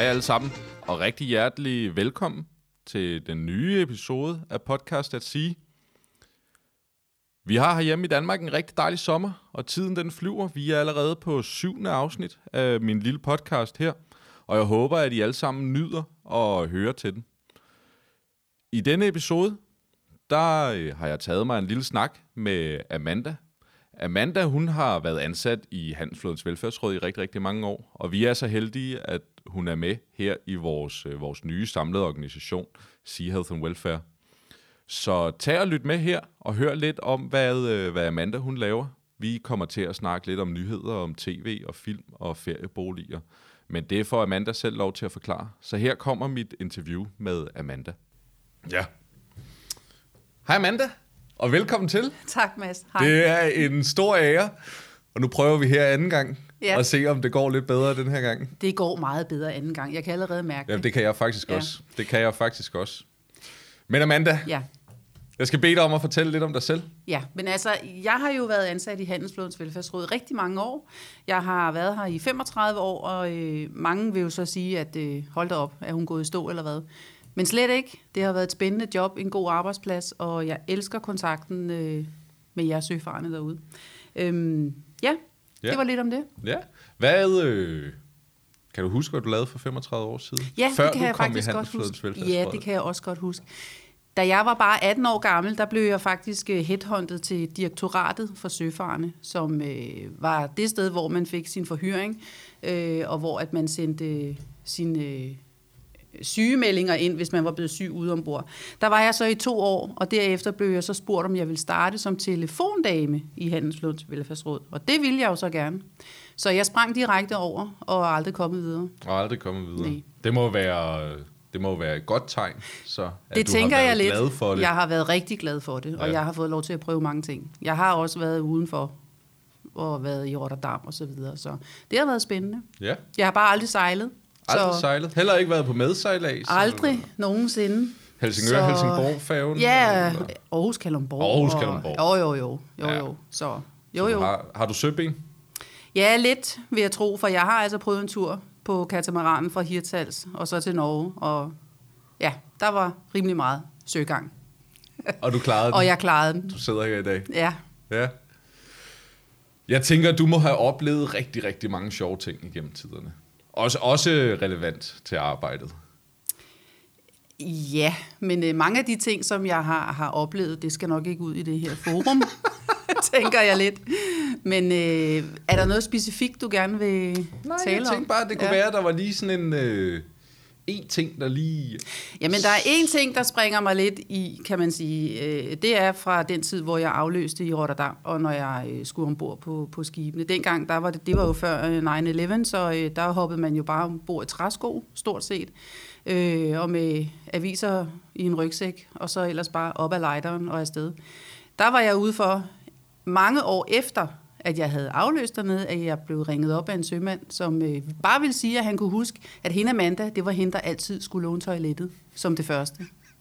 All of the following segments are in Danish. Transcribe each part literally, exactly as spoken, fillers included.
Hej alle sammen, og rigtig hjertelig velkommen til den nye episode af Podcast at Sige. Vi har herhjemme i Danmark en rigtig dejlig sommer, og tiden den flyver. Vi er allerede på syvende afsnit af min lille podcast her, og jeg håber, at I alle sammen nyder at høre til den. I denne episode, der har jeg taget mig en lille snak med Amanda. Amanda, hun har været ansat i Handelsflådens Velfærdsråd i rigtig, rigtig mange år, og vi er så heldige, at hun er med her i vores, vores nye samlede organisation, Sea Health and Welfare. Så tag og lyt med her og hør lidt om, hvad, hvad Amanda hun laver. Vi kommer til at snakke lidt om nyheder, om tv og film og ferieboliger, men det får Amanda selv lov til at forklare. Så her kommer mit interview med Amanda. Ja. Hej Amanda, og velkommen til. Tak Mads. Hej. Det er en stor ære, og nu prøver vi her anden gang ja. at se, om det går lidt bedre den her gang. Det går meget bedre anden gang. Jeg kan allerede mærke det. Ja, det kan jeg faktisk ja. også. Det kan jeg faktisk også. Men Amanda, ja. jeg skal bede dig om at fortælle lidt om dig selv. Ja, men altså, jeg har jo været ansat i Handelsflådens Velfærdsråd rigtig mange år. Jeg har været her i femogtredive år, og øh, mange vil jo så sige, at øh, hold da op, er hun gået i stå eller hvad. Men slet ikke. Det har været et spændende job, en god arbejdsplads, og jeg elsker kontakten øh, med jer søfarende derude. Øhm, ja, ja, det var lidt om det. Ja. Hvad, øh, kan du huske, hvad du lavede for femogtredive år siden? Ja, Før det kan du jeg kom faktisk i godt huske. Velfærdsråd? Ja, det kan jeg også godt huske. Da jeg var bare atten år gammel, der blev jeg faktisk headhunted til direktoratet for søfarende, som øh, var det sted, hvor man fik sin forhyring, øh, og hvor at man sendte sine øh, sygemeldinger ind, hvis man var blevet syg ude ombord. Der var jeg så i to år, og derefter blev jeg så spurgt, om jeg ville starte som telefondame i Handelsflådens Velfærdsråd, og det ville jeg jo så gerne. Så jeg sprang direkte over, og er aldrig kommet videre. Og aldrig kommet videre. Nej. Det må være... Det må være et godt tegn, så at det du tænker har været jeg lidt. glad for det. Jeg har været rigtig glad for det, og ja. jeg har fået lov til at prøve mange ting. Jeg har også været udenfor og været i Rotterdam og så videre, så det har været spændende. Ja. Jeg har bare aldrig sejlet. Aldrig så sejlet? Heller ikke været på medsejlads? Aldrig eller? Nogensinde. Helsingør, så... Helsingborg-færgen? Ja, Aarhus Kalundborg. Aarhus Kalundborg. Jo, jo, jo. jo, ja. jo. Så, jo, så jo. Har, har du søben? Ja, lidt vil jeg tro, for jeg har altså prøvet en tur på katamaranen fra Hirtshals og så til Norge, og ja, der var rimelig meget søgang. Og du klarede den? Og jeg klarede den. Du sidder her i dag? Ja. Ja. Jeg tænker, du må have oplevet rigtig, rigtig mange sjove ting igennem tiderne. Også, også relevant til arbejdet. Ja, men øh, mange af de ting, som jeg har, har oplevet, det skal nok ikke ud i det her forum, tænker jeg lidt. Men øh, er der noget specifikt, du gerne vil Nej, tale om? Nej, jeg tænkte bare, det kunne ja. være, at der var lige sådan en... Øh En ting, der lige... Jamen, der er en ting, der springer mig lidt i, kan man sige. Det er fra den tid, hvor jeg afløste i Rotterdam, og når jeg skulle ombord på, på skibene. Dengang, der var det, det var jo før nine eleven, så der hoppede man jo bare ombord i træsko, stort set. Og med aviser i en rygsæk, og så ellers bare op ad lejderen og afsted. Der var jeg ude for mange år efter, at jeg havde afløst dernede, at jeg blev ringet op af en sømand, som øh, bare ville sige, at han kunne huske, at hende Amanda, det var hende, der altid skulle låne toilettet, som det første.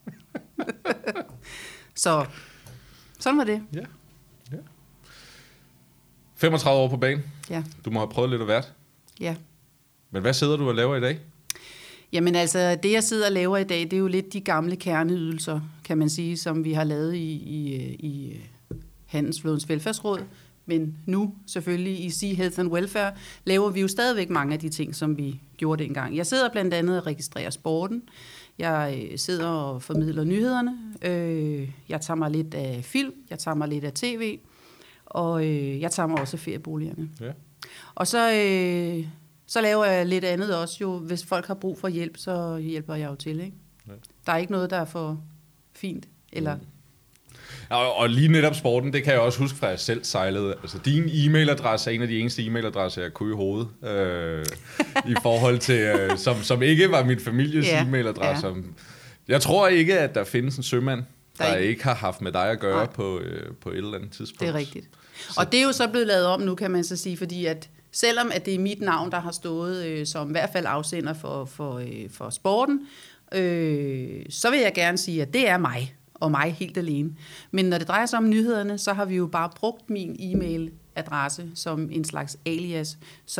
Så sådan var det. Ja. Ja. femogtredive år på banen. Ja. Du må have prøvet lidt af hvert. Ja. Men hvad sidder du og laver i dag? Jamen altså, det jeg sidder og laver i dag, det er jo lidt de gamle kerneydelser, kan man sige, som vi har lavet i, i, i Handelsflådens Velfærdsråd. Men nu selvfølgelig i Sea Health and Welfare laver vi jo stadigvæk mange af de ting, som vi gjorde dengang. Jeg sidder blandt andet og registrerer sporten. Jeg sidder og formidler nyhederne. Jeg tager mig lidt af film. Jeg tager mig lidt af tv. Og jeg tager mig også af ferieboligerne. Ja. Og så, så laver jeg lidt andet også. Jo, hvis folk har brug for hjælp, så hjælper jeg jo til. Ikke? Ja. Der er ikke noget, der er for fint eller... Mm. Og, og lige netop sporten, det kan jeg også huske fra, at jeg selv sejlede. Altså, din e-mailadresse er en af de eneste e-mailadresser, jeg kunne i hovedet. Øh, I forhold til, øh, som, som ikke var min families ja, e-mailadresse. Ja. Jeg tror ikke, at der findes en sømand, der, der ikke... ikke har haft med dig at gøre på, øh, på et eller andet tidspunkt. Det er rigtigt. Så. Og det er jo så blevet lavet om nu, kan man så sige, fordi at selvom at det er mit navn, der har stået øh, som i hvert fald afsender for, for, øh, for sporten, øh, så vil jeg gerne sige, at det er mig. Og mig helt alene. Men når det drejer sig om nyhederne, så har vi jo bare brugt min e-mailadresse som en slags alias. Så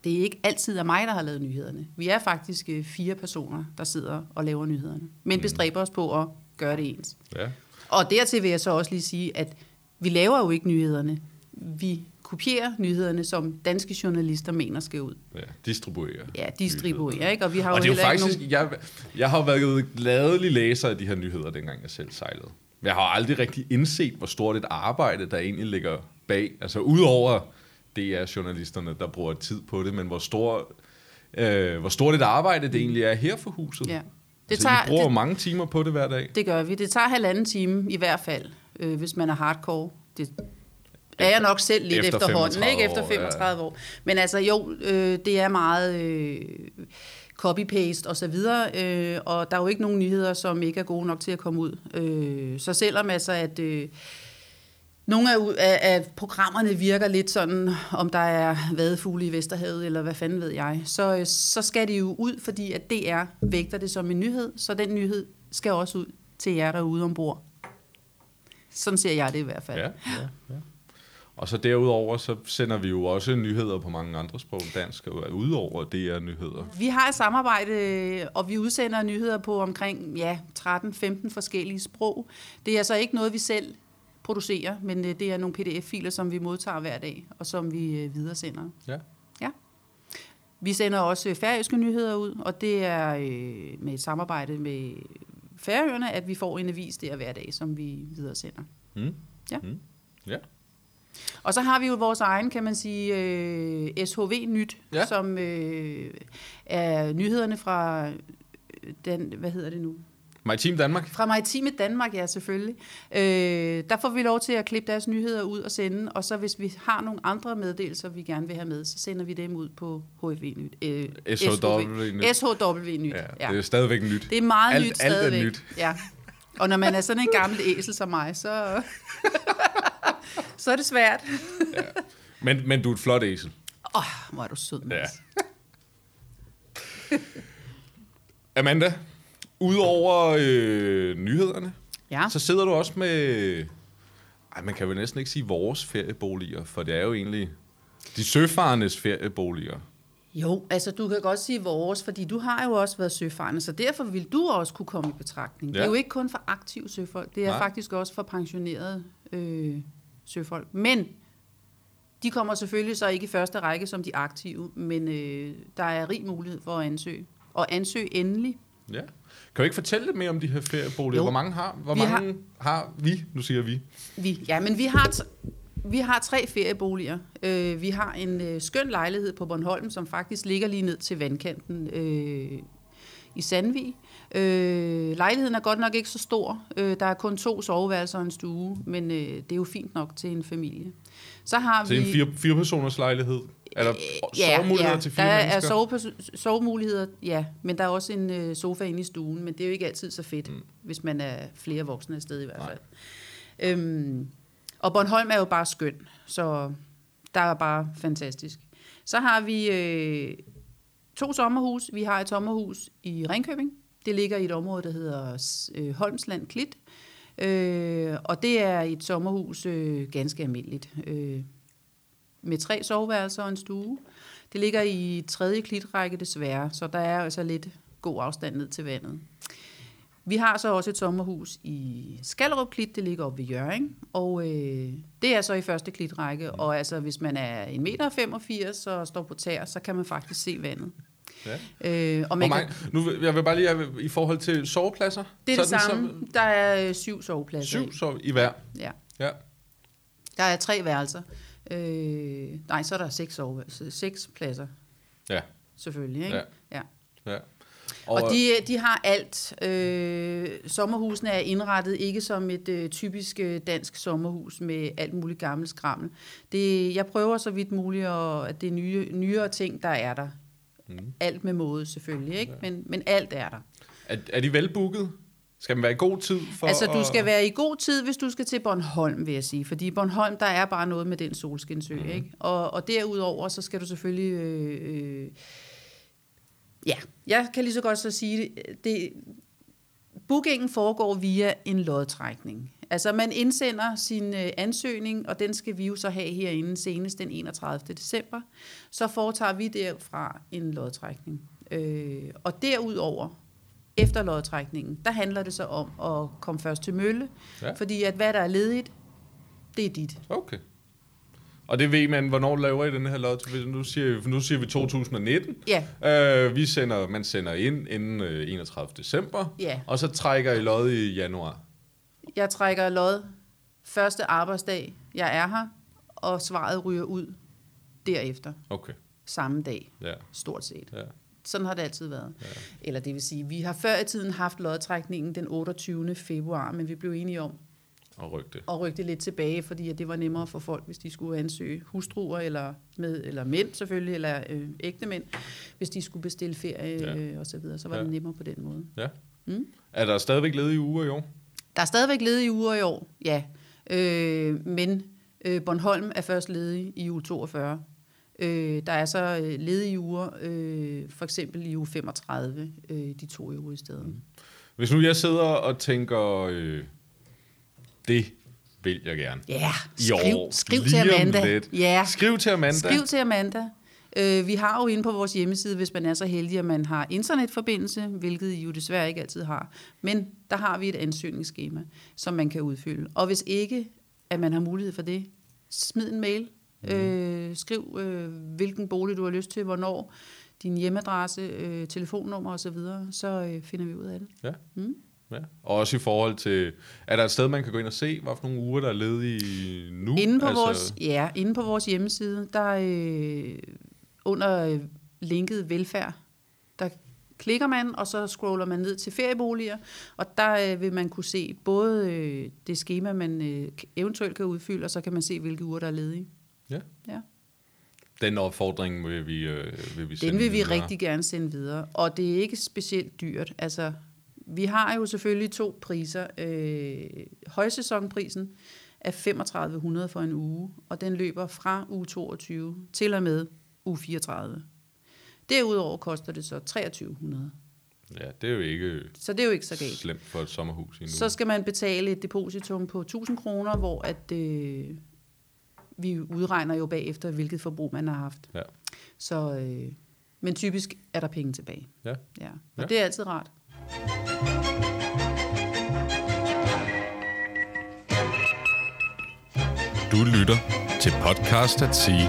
det er ikke altid af mig, der har lavet nyhederne. Vi er faktisk øh, fire personer, der sidder og laver nyhederne. Men mm. bestræber os på at gøre det ens. Ja. Og dertil vil jeg så også lige sige, at vi laver jo ikke nyhederne. Vi kopierer nyhederne, som danske journalister mener skal ud. Ja, distribuerer. Ja, distribuerer, ikke? Og vi har jo og det er jo faktisk, nogen... jeg, jeg har jo været gladelig læser af de her nyheder, dengang jeg selv sejlede. Jeg har aldrig rigtig indset, hvor stort et arbejde, der egentlig ligger bag. Altså udover D R-journalisterne, der bruger tid på det, men hvor, stor, øh, hvor stort et arbejde det egentlig er her for huset. Ja. Det altså, tager, I bruger det, mange timer på det hver dag. Det gør vi. Det tager halvanden time i hvert fald, øh, hvis man er hardcore. Det er jeg nok selv lidt efter efterhånden, ikke? Efter femogtredive år, ja. år. Men altså jo, øh, det er meget øh, copy-paste og så videre, øh, og der er jo ikke nogen nyheder, som ikke er gode nok til at komme ud. Øh, så selvom altså, at øh, nogle af, af, af programmerne virker lidt sådan, om der er vadefugle i Vesterhavet, eller hvad fanden ved jeg, så, så skal det jo ud, fordi at D R vægter det som en nyhed, så den nyhed skal også ud til jer derude ombord. Sådan ser jeg det i hvert fald. Ja, ja, ja. Og så derudover, så sender vi jo også nyheder på mange andre sprog, dansk, og udover D R-nyheder. Vi har et samarbejde, og vi udsender nyheder på omkring ja, tretten femten forskellige sprog. Det er så ikke noget, vi selv producerer, men det er nogle P D F-filer, som vi modtager hver dag, og som vi videresender. Ja. Ja. Vi sender også færøske nyheder ud, og det er øh, med et samarbejde med Færøerne, at vi får en avis der hver dag, som vi videresender. Mm. Ja. Mm. Ja. Og så har vi jo vores egen, kan man sige, øh, S H V-nyt, ja. som øh, er nyhederne fra den, hvad hedder det nu? Maritim Danmark. Fra Maritime Danmark, ja, selvfølgelig. Øh, der får vi lov til at klippe deres nyheder ud og sende, og så hvis vi har nogle andre meddelelser, vi gerne vil have med, så sender vi dem ud på H F V-nyt. Øh, S H W-nyt. S H W-nyt, ja. ja. Det er stadigvæk nyt. Det er meget alt, nyt stadigvæk. Alt er nyt. Ja. Og når man er sådan en gammel æsel som mig, så, så er det svært. Ja. Men, men du er et flot æsel. Åh, oh, hvor er du sød, Mads. Ja. Amanda, udover øh, nyhederne, ja. så sidder du også med... Ej, man kan vel næsten ikke sige vores ferieboliger, for det er jo egentlig de søfarendes ferieboliger. Jo, altså du kan godt sige vores, fordi du har jo også været søfarende, så derfor vil du også kunne komme i betragtning. Ja. Det er jo ikke kun for aktive søfolk, det er Nej. faktisk også for pensionerede øh, søfolk. Men de kommer selvfølgelig så ikke i første række som de aktive, men øh, der er rig mulighed for at ansøge. Og ansøge endelig. Ja. Kan du ikke fortælle lidt mere om de her ferieboliger? Jo. Hvor mange har Hvor vi mange har, har vi? Nu siger vi. Vi, ja, men vi har... T- Vi har tre ferieboliger. Øh, vi har en øh, skøn lejlighed på Bornholm, som faktisk ligger lige ned til vandkanten øh, i Sandvig. Øh, lejligheden er godt nok ikke så stor. Øh, der er kun to soveværelser og en stue, men øh, det er jo fint nok til en familie. Så har til vi en fire, fire personers lejlighed? Er der ja, sovemuligheder ja, til fire der mennesker? Der er sove, sovemuligheder, ja, men der er også en øh, sofa inde i stuen, men det er jo ikke altid så fedt, mm. hvis man er flere voksne afsted i hvert fald. Øhm, Og Bornholm er jo bare skøn, så der er bare fantastisk. Så har vi øh, to sommerhus. Vi har et sommerhus i Ringkøbing. Det ligger i et område, der hedder øh, Holmsland Klit. Øh, og det er et sommerhus øh, ganske almindeligt. Øh, med tre soveværelser og en stue. Det ligger i tredje klitrække desværre, så der er altså lidt god afstand ned til vandet. Vi har så også et sommerhus i Skallerup Klit, det ligger oppe ved Hjørring, og øh, det er så i første klitrække, og altså hvis man er en meter femogfirs og står på tær, så kan man faktisk se vandet. Ja. Øh, og man mange, kan, nu, jeg vil bare lige have, i forhold til sovepladser. Det er det sådan, samme, så, der er øh, syv sovepladser. Syv sov i hver? Ja. ja. Der er tre værelser. Øh, nej, så er der seks, soveværelser, seks pladser. Ja. Selvfølgelig, ikke? Ja. ja. ja. Og, og de, de har alt. Øh, sommerhusene er indrettet ikke som et øh, typisk øh, dansk sommerhus med alt muligt gammelt skrammel. Det, jeg prøver så vidt muligt, at, at det er nye, nyere ting, der er der. Mm. Alt med måde selvfølgelig, ikke? Ja. Men, men alt er der. Er, er de velbooket? Skal man være i god tid? For altså, du at... skal være i god tid, hvis du skal til Bornholm, vil jeg sige. Fordi i Bornholm, der er bare noget med den solskinsø, mm. ikke? Og, og derudover, så skal du selvfølgelig... Øh, øh, Ja, jeg kan lige så godt så sige det. det Bookingen foregår via en lodtrækning. Altså man indsender sin øh, ansøgning, og den skal vi jo så have herinde senest den enogtredivte december. Så foretager vi derfra en lodtrækning. Øh, og derudover, efter lodtrækningen, der handler det så om at komme først til mølle, ja. Fordi at hvad der er ledigt, det er dit. Okay. Og det ved man, hvornår laver I den her lod? Nu siger, nu siger vi to tusind nitten. Ja. Øh, vi sender, man sender ind inden øh, enogtredivte december, ja. Og så trækker I lod i januar. Jeg trækker lod første arbejdsdag, jeg er her, og svaret ryger ud derefter. Okay. Samme dag, ja. Stort set. Ja. Sådan har det altid været. Ja. Eller det vil sige, vi har før i tiden haft lodtrækningen den otteogtyvende februar, men vi blev enige om og rykke det. Og rykke det lidt tilbage, fordi at det var nemmere for folk, hvis de skulle ansøge hustruer, eller, med, eller mænd selvfølgelig, eller øh, ægte mænd, hvis de skulle bestille ferie ja. øh, og så videre. Så var ja. det nemmere på den måde. Ja. Mm? Er der stadigvæk ledige uger i år? Der er stadigvæk ledige uger i år, ja. Øh, men øh, Bornholm er først ledig i uge toogfyrre. Øh, der er så øh, ledige uger, øh, for eksempel i uge femogtredive, øh, de to øvrige steder. Mm. Hvis nu jeg sidder og tænker, øh, det vil jeg gerne. Ja, skriv, år, skriv til Amanda. Ja. Skriv til Amanda. Skriv til Amanda. Øh, vi har jo inde på vores hjemmeside, hvis man er så heldig, at man har internetforbindelse, hvilket I jo desværre ikke altid har. Men der har vi et ansøgningsskema, som man kan udfylde. Og hvis ikke, at man har mulighed for det, smid en mail. Mm. Øh, skriv, øh, hvilken bolig du har lyst til, hvornår, din hjemadresse, øh, telefonnummer osv., så, så øh, finder vi ud af det. Ja. Mm. Ja. Og også i forhold til, er der et sted, man kan gå ind og se, hvad for nogle uger, der er ledige nu? Inde på, altså... vores, ja, inde på vores hjemmeside, der øh, under linket velfærd, der klikker man, og så scroller man ned til ferieboliger, og der øh, vil man kunne se både øh, det skema, man øh, eventuelt kan udfylde, og så kan man se, hvilke uger, der er ledige. Ja. Ja. Den opfordring vil vi, øh, vil vi sende Den vil vi videre. rigtig gerne sende videre, og det er ikke specielt dyrt. Altså, vi har jo selvfølgelig to priser. Øh, højsæsonprisen er femogtredive hundrede for en uge, og den løber fra uge toogtyve til og med uge fireogtredive. Derudover koster det så treogtyve hundrede. Ja, det er jo ikke, så det er jo ikke så galt. Slemt for et sommerhus endnu. Så skal man betale et depositum på tusind kroner, hvor at, øh, vi udregner jo bagefter, hvilket forbrug man har haft. Ja. Så, øh, men typisk er der penge tilbage. Ja. Ja. Og ja. det er altid rart. Du lytter til Podcast at Sige.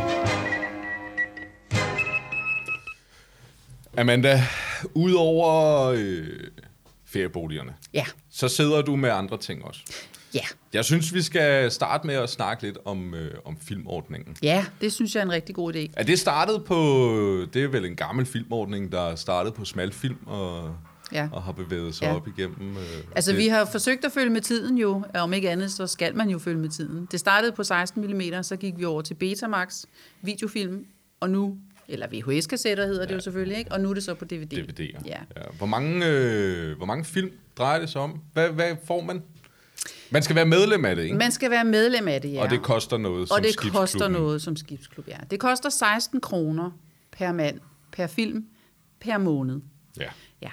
Amanda, udover øh, ferieboligerne, ja. så sidder du med andre ting også. Ja. Jeg synes, vi skal starte med at snakke lidt om, øh, om filmordningen. Ja, det synes jeg er en rigtig god idé. Er det startet på, det er vel en gammel filmordning, der startede på smalfilm og, ja. og har bevæget sig ja. op igennem? Øh, altså det. vi har forsøgt at følge med tiden jo, om ikke andet, så skal man jo følge med tiden. Det startede på seksten millimeter, så gik vi over til Betamax, videofilm, og nu, eller V H S-kassetter hedder ja. det jo selvfølgelig, ikke? Og nu er det så på D V D. D V D'er. Ja. Ja. Hvor, mange, øh, hvor mange film drejer det sig om? Hvad, hvad får man? Man skal være medlem af det, ikke? Man skal være medlem af det, ja. Og det koster noget som Og det skibsklubben. koster noget som skibsklub, ja. Det koster seksten kroner per mand, per film, per måned. Ja. Ja.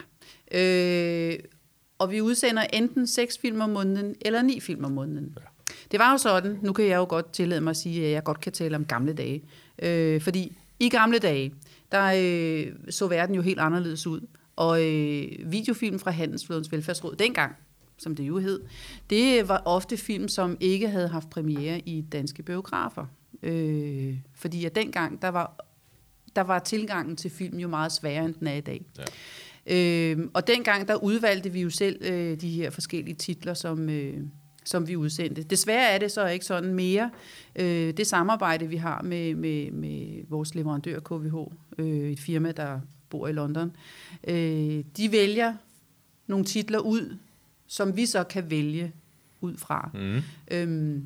Øh, og vi udsender enten seks film om måneden, eller ni film om måneden. Ja. Det var jo sådan, nu kan jeg jo godt tillade mig at sige, at jeg godt kan tale om gamle dage. Øh, fordi i gamle dage, der øh, så verden jo helt anderledes ud. Og øh, videofilm fra Handelsflådens Velfærdsråd dengang, som det jo hed, det var ofte film, som ikke havde haft premiere i danske biografer. Øh, fordi at dengang, der var, der var tilgangen til film jo meget sværere, end den er i dag. Ja. Øh, og dengang, der udvalgte vi jo selv øh, de her forskellige titler, som, øh, som vi udsendte. Desværre er det så ikke sådan mere. Øh, det samarbejde, vi har med, med, med vores leverandør K V H, øh, et firma, der bor i London, øh, de vælger nogle titler ud, som vi så kan vælge ud fra. Mm. Øhm,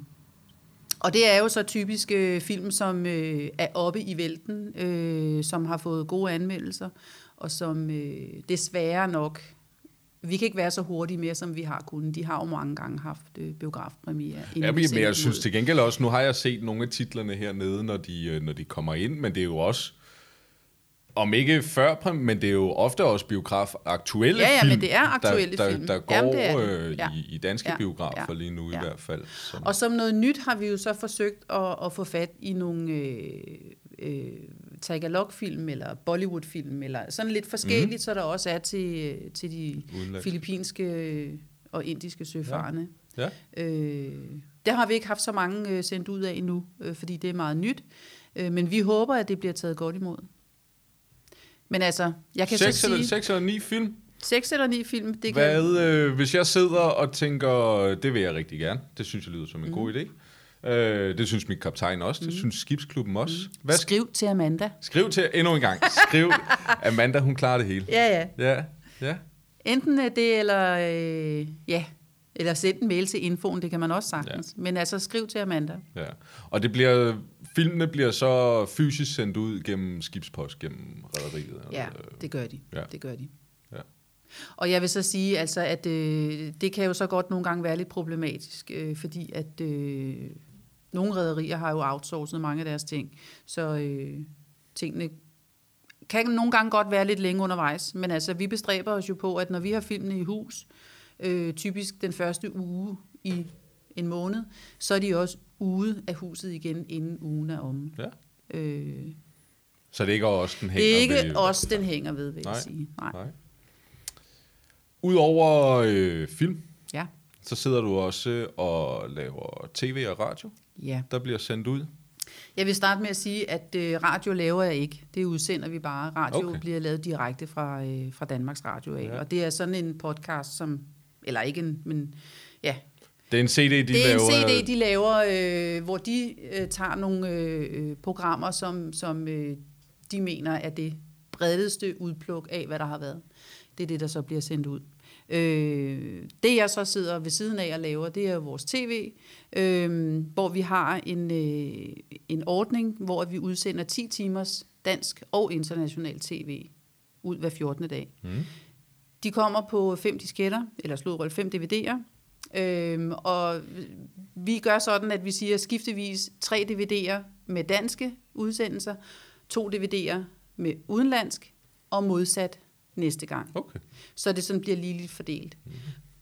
og det er jo så typisk øh, film, som øh, er oppe i vælten, øh, som har fået gode anmeldelser, og som øh, desværre nok, vi kan ikke være så hurtige mere, som vi har kunnet. De har jo mange gange haft øh, biografpremiere. Ja, men jeg synes til gengæld også, nu har jeg set nogle af titlerne hernede, når de, når de kommer ind, men det er jo også om ikke før, men det er jo ofte også biograf aktuelle ja, ja, film, men det er aktuelle der, film. der, der går Jamen, det er det. øh, Ja. i, i danske Ja. biografer Ja. lige nu Ja. i hvert fald. Som, Og som noget nyt har vi jo så forsøgt at, at få fat i nogle øh, øh, Tagalog-film eller Bollywood-film, eller sådan lidt forskelligt, mm. så der også er til, til de Udenlandsk. filippinske og indiske søfarende. Ja. Øh, der har vi ikke haft så mange øh, sendt ud af endnu, øh, fordi det er meget nyt. Øh, men vi håber, at det bliver taget godt imod. Men altså, jeg kan seks så sige... Eller, seks eller ni film? Seks eller ni film, det Hvad, kan... øh, hvis jeg sidder og tænker, det vil jeg rigtig gerne. Det synes jeg lyder som en mm. god idé. Øh, det synes min kaptajn også. Det mm. synes skibsklubben også. Mm. Hvad, Skriv til Amanda. Skriv til endnu en gang. Skriv, Amanda, hun klarer det hele. Ja, ja. Ja, ja. Enten er det, eller... Øh, ja, eller send en mail til infoen, det kan man også sagtens. Ja. Men altså, skriv til Amanda. Ja. Og det bliver, filmene bliver så fysisk sendt ud gennem skibspost, gennem rederiet. Ja, det gør de. Ja. Det gør de. Ja. Og jeg vil så sige, altså, at øh, det kan jo så godt nogle gange være lidt problematisk, øh, fordi at øh, nogle rederier har jo outsourcet mange af deres ting, så øh, tingene kan nogle gange godt være lidt længe undervejs, men altså, vi bestræber os jo på, at når vi har filmene i hus, øh, typisk den første uge i en måned, så er de også ude af huset igen, inden ugen er omme. Ja. Øh, Så det er ikke os, den hænger det er ikke ved, os, den hænger ved, vil nej, jeg sige. Nej. nej. Udover øh, film, Ja. så sidder du også og laver tv og radio, Ja. der bliver sendt ud. Jeg vil starte med at sige, at øh, radio laver jeg ikke. Det udsender vi bare. Radio Okay. okay. bliver lavet direkte fra, øh, fra Danmarks Radio af. Ja. Ja. Og det er sådan en podcast, som... Eller ikke en... Men, ja. Det er en C D, de Det er laver. en C D, de laver, øh, hvor de øh, tager nogle øh, programmer, som, som øh, de mener er det bredeste udpluk af, hvad der har været. Det er det, der så bliver sendt ud. Øh, det jeg så sidder ved siden af og laver, det er vores tv, øh, hvor vi har en, øh, en ordning, hvor vi udsender ti timers dansk og international tv ud hver fjortende dag. Mm. De kommer på fem disketter, eller sludrøl fem D V D'er, øh, og vi gør sådan, at vi siger skiftevis tre D V D'er med danske udsendelser, to D V D'er med udenlandsk, og modsat næste gang. Okay. Så det sådan bliver ligeligt fordelt. Mm.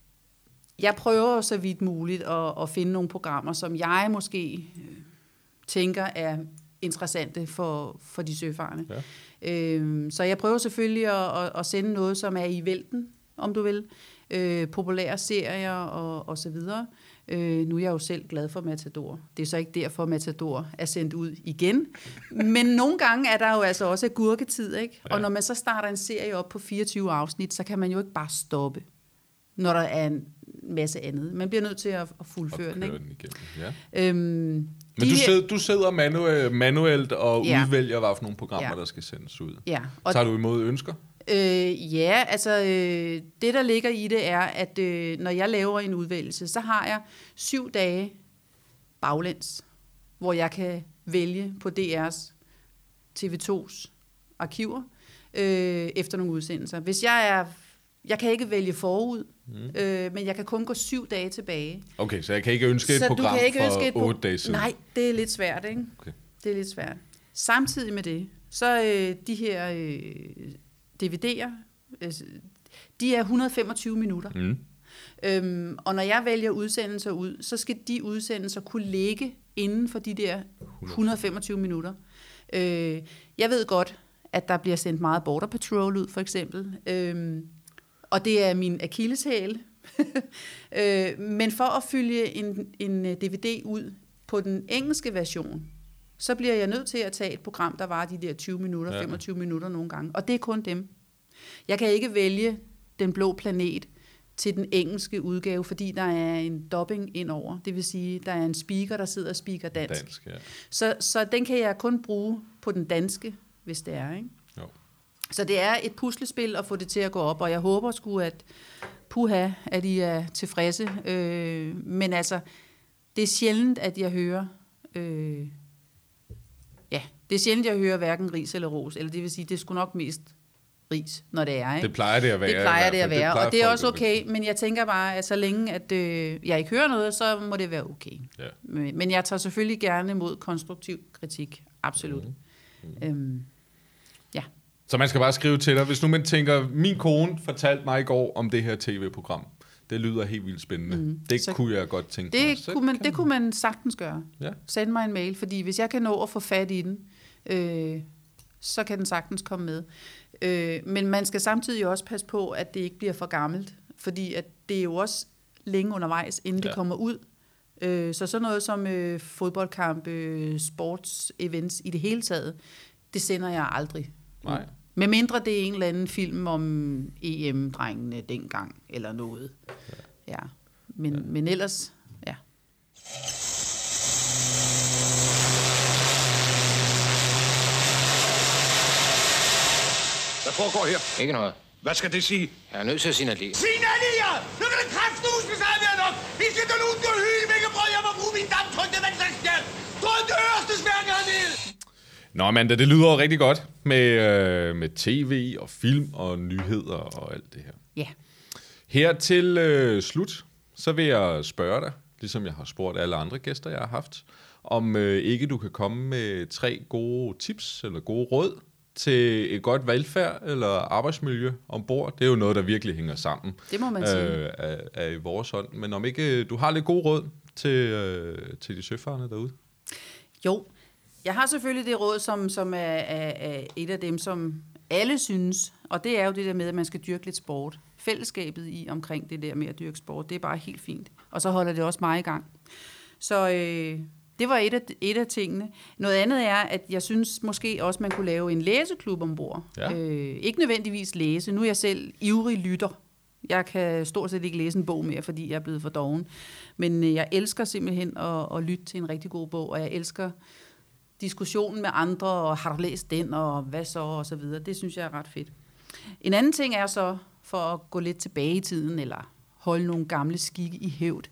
Jeg prøver så vidt muligt at, at finde nogle programmer, som jeg måske øh, tænker er interessante for, for de søfarende. Ja. Øhm, så jeg prøver selvfølgelig at, at, at sende noget, som er i vælten, om du vil. Øh, populære serier og, og så videre. Øh, nu er jeg jo selv glad for Matador. Det er så ikke derfor, Matador er sendt ud igen. Men nogle gange er der jo altså også gurketid, ikke? Ja. Og når man så starter en serie op på fireogtyve afsnit, så kan man jo ikke bare stoppe, når der er en masse andet. Man bliver nødt til at, at fuldføre den, ikke? Den igennem. Ja. Øhm, Men du, her... sidder, du sidder manuelt, manuelt og ja. udvælger, hvad for nogle programmer, ja. der skal sendes ud. Ja. Og tager du imod ønsker? Øh, ja, altså øh, det der ligger i det er, at øh, når jeg laver en udvælgelse, så har jeg syv dage baglæns, hvor jeg kan vælge på D R's T V to's arkiver øh, efter nogle udsendelser. Hvis jeg er, jeg kan ikke vælge forud, mm. øh, men jeg kan kun gå syv dage tilbage. Okay, så jeg kan ikke ønske et så program kan ikke for ønske et otte dage siden? Nej, det er lidt svært, ikke? Okay. Det er lidt svært. Samtidig med det, så øh, de her øh, D V D'er, øh, de er et hundrede og femogtyve minutter. Mm. Øhm, og når jeg vælger udsendelser ud, så skal de udsendelser kunne ligge inden for de der et hundrede og femogtyve minutter. Øh, jeg ved godt, at der bliver sendt meget Border Patrol ud, for eksempel. Øhm, og det er min akilleshæl. øh, men for at fylde en, en D V D ud på den engelske version, så bliver jeg nødt til at tage et program, der var de der tyve minutter, ja. femogtyve minutter nogle gange. Og det er kun dem. Jeg kan ikke vælge Den Blå Planet til den engelske udgave, fordi der er en dubbing indover. Det vil sige, der er en speaker, der sidder og speaker dansk. dansk ja. så, så den kan jeg kun bruge på den danske, hvis det er. Ikke? Jo. Så det er et puslespil at få det til at gå op, og jeg håber sgu, at puha, at I er tilfredse. Øh, men altså, det er sjældent, at jeg hører... Øh, ja, det er sjældent, at jeg hører hverken ris eller ros. Eller det vil sige, det er sgu nok mest ris, når det er. Ikke? Det plejer det at være. Det plejer det at være, det og det er også okay. Det. Men jeg tænker bare, at så længe at, øh, jeg ikke hører noget, så må det være okay. Ja. Men jeg tager selvfølgelig gerne imod konstruktiv kritik. Absolut. Mm. Mm. Øhm, ja. Så man skal bare skrive til dig, hvis nu man tænker, min kone fortalte mig i går om det her tv-program. Det lyder helt vildt spændende. Mm. Det så kunne jeg godt tænke det mig. Så kunne man, det kunne man sagtens gøre. Ja. Send mig en mail, fordi hvis jeg kan nå at få fat i den, øh, så kan den sagtens komme med. Øh, men man skal samtidig også passe på, at det ikke bliver for gammelt, fordi at det er jo også længe undervejs, inden ja. det kommer ud. Øh, så sådan noget som øh, fodboldkampe, øh, sportsevents i det hele taget, det sender jeg aldrig. Nej. Med mindre det er en eller anden film om E M-drengene dengang, eller noget. Ja. ja. Men, ja. men ellers, ja. Hvad foregår her? Ikke noget. Hvad skal det sige? Jeg er nødt til at signalere. Signalere! Nu kan det kraftnuske sig være nok! Vi skal gå ud og hyle, hvilket brød jeg må bruge min damptrykte vandsagsstjern! Drøm det øverste sværker hernede! Nå, Amanda, det lyder rigtig godt med, øh, med tv og film og nyheder og alt det her. Ja. Her til øh, slut, så vil jeg spørge dig, ligesom jeg har spurgt alle andre gæster, jeg har haft, om øh, ikke du kan komme med tre gode tips eller gode råd til et godt velfærd eller arbejdsmiljø ombord. Det er jo noget, der virkelig hænger sammen. Det må man sige. Øh, af, af i vores hånd. Men om ikke du har lidt gode råd til, øh, til de søfarende derude? Jo, jeg har selvfølgelig det råd, som, som er, er, er et af dem, som alle synes, og det er jo det der med, at man skal dyrke lidt sport. Fællesskabet i omkring det der med at dyrke sport, det er bare helt fint. Og så holder det også mig i gang. Så øh, det var et af, et af tingene. Noget andet er, at jeg synes måske også, man kunne lave en læseklub ombord. Ja. Øh, ikke nødvendigvis læse. Nu er jeg selv ivrig lytter. Jeg kan stort set ikke læse en bog mere, fordi jeg er blevet for doven. Men jeg elsker simpelthen at, at lytte til en rigtig god bog, og jeg elsker diskussionen med andre, og har du læst den, og hvad så, og så videre. Det synes jeg er ret fedt. En anden ting er så, for at gå lidt tilbage i tiden, eller holde nogle gamle skikke i hævd,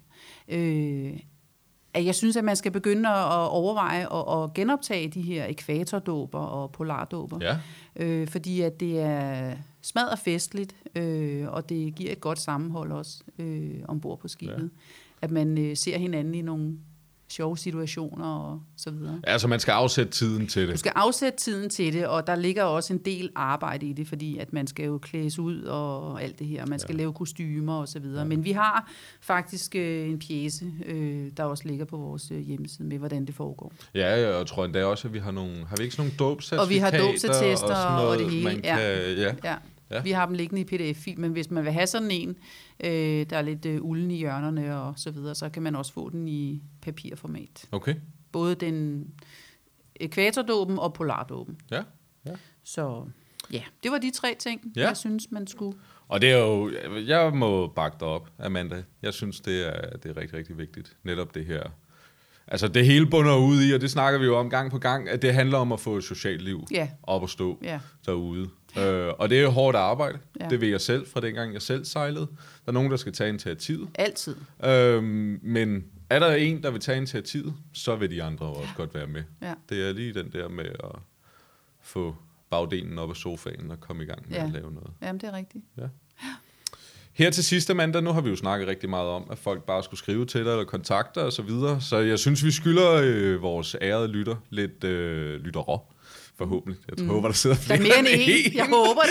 øh, at jeg synes, at man skal begynde at overveje og at genoptage de her ækvatordåber og polardåber. Ja. Øh, fordi at det er smadret festligt, øh, og det giver et godt sammenhold også øh, ombord på skibet. Ja. At man øh, ser hinanden i nogle sjove situationer og så videre. Altså, man skal afsætte tiden til det. Du skal afsætte tiden til det, og der ligger også en del arbejde i det, fordi at man skal jo klædes ud og alt det her. Man skal ja. lave kostymer og så videre. Ja. Men vi har faktisk øh, en pjece, øh, der også ligger på vores øh, hjemmeside med, hvordan det foregår. Ja, jeg tror endda også, at vi har nogle... Har vi ikke sådan nogle dåbscertifikater? Og vi har dåbsattester og, og det hele. Man kan, ja. Ja. Ja. Ja. Vi har dem liggende i P D F-fil, men hvis man vil have sådan en, øh, der er lidt øh, ulden i hjørnerne og så videre, så kan man også få den i papirformat. Okay. Både den ækvatordåben og polardåben. Ja. Ja. Så ja, det var de tre ting, ja. jeg synes, man skulle. Og det er jo, jeg må bakke dig op, Amanda. Jeg synes, det er, det er rigtig, rigtig vigtigt. Netop det her. Altså det hele bunder ud i, og det snakker vi jo om gang på gang, at det handler om at få et socialt liv ja. op at stå ja. derude. Øh, og det er jo hårdt arbejde. Ja. Det ved jeg selv, fra dengang jeg selv sejlede. Der er nogen, der skal tage initiativet. Altid. Øh, men er der en, der vil tage initiativet, så vil de andre også ja. godt være med. Ja. Det er lige den der med at få bagdelen op af sofaen og komme i gang med ja. at lave noget. Jamen, det er rigtigt. Ja. Her til sidst, Amanda, nu har vi jo snakket rigtig meget om, at folk bare skulle skrive til dig eller kontakte og så videre. Så jeg synes, vi skylder øh, vores ærede lytter lidt øh, lytterå. Forhåbentlig. Jeg mm. håber, der sidder flere. Der er mere end en. Jeg håber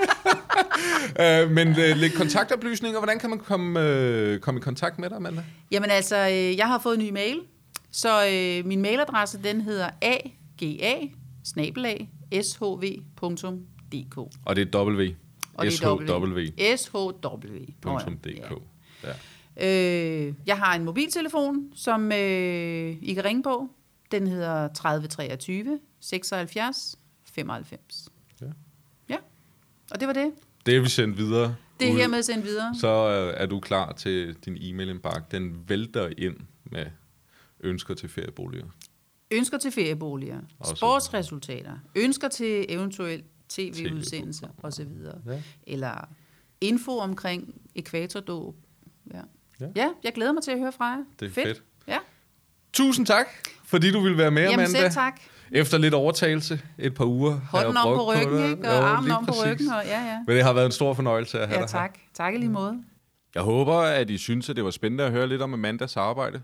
det. øh, men øh, lidt kontaktoplysninger. Hvordan kan man komme, øh, komme i kontakt med dig, Amanda? Jamen altså, øh, jeg har fået en ny mail. Så øh, min mailadresse, den hedder aga snabel-a s h v punktum d k. Og det er W. S H W. S H W. Punktum D K. Ja. Ja. Øh, jeg har en mobiltelefon, som øh, I kan ringe på. Den hedder tredive treogtyve seksoghalvfjerds femoghalvfems. Ja. Ja, og det var det. Det er vi sendt videre. Det er hermed sendt videre. Så øh, er du klar til din e-mail-indbakke. Den vælter ind med ønsker til ferieboliger. Ønsker til ferieboliger. Også. Sportsresultater. Ønsker til eventuelt tv-udsendelser og så videre. Ja. Eller info omkring ækvatordåb. Ja. Ja. ja, jeg glæder mig til at høre fra jer. Det er fedt. fedt. Ja. Tusind tak, fordi du ville være med, Jamen, Amanda. Selv tak. Efter lidt overtagelse, et par uger. Hånden om på ryggen, på ikke? Og jo, armen om præcis. På ryggen. Og, ja, ja. Men det har været en stor fornøjelse at have ja, dig tak. her. Tak i lige måde. Jeg håber, at I synes, at det var spændende at høre lidt om Amandas arbejde.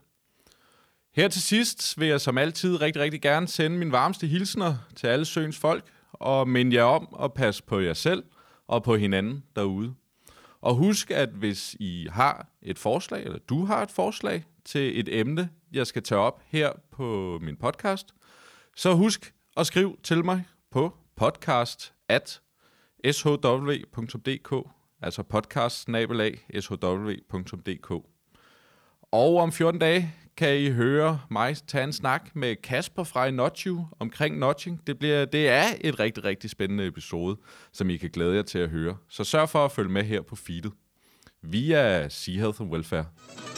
Her til sidst vil jeg som altid rigtig, rigtig gerne sende min varmeste hilsner til alle søens folk, og minde jer om at passe på jer selv og på hinanden derude. Og husk, at hvis I har et forslag, eller du har et forslag til et emne, jeg skal tage op her på min podcast, så husk at skrive til mig på podcast at s h w punktum d k, altså podcast snabel-a s h w punktum d k. Og om fjorten dage kan I høre mig tage en snak med Kasper fra InNotU omkring nudging. Det, bliver, det er et rigtig, rigtig spændende episode, som I kan glæde jer til at høre. Så sørg for at følge med her på feedet. Vi er Sea Health and Welfare.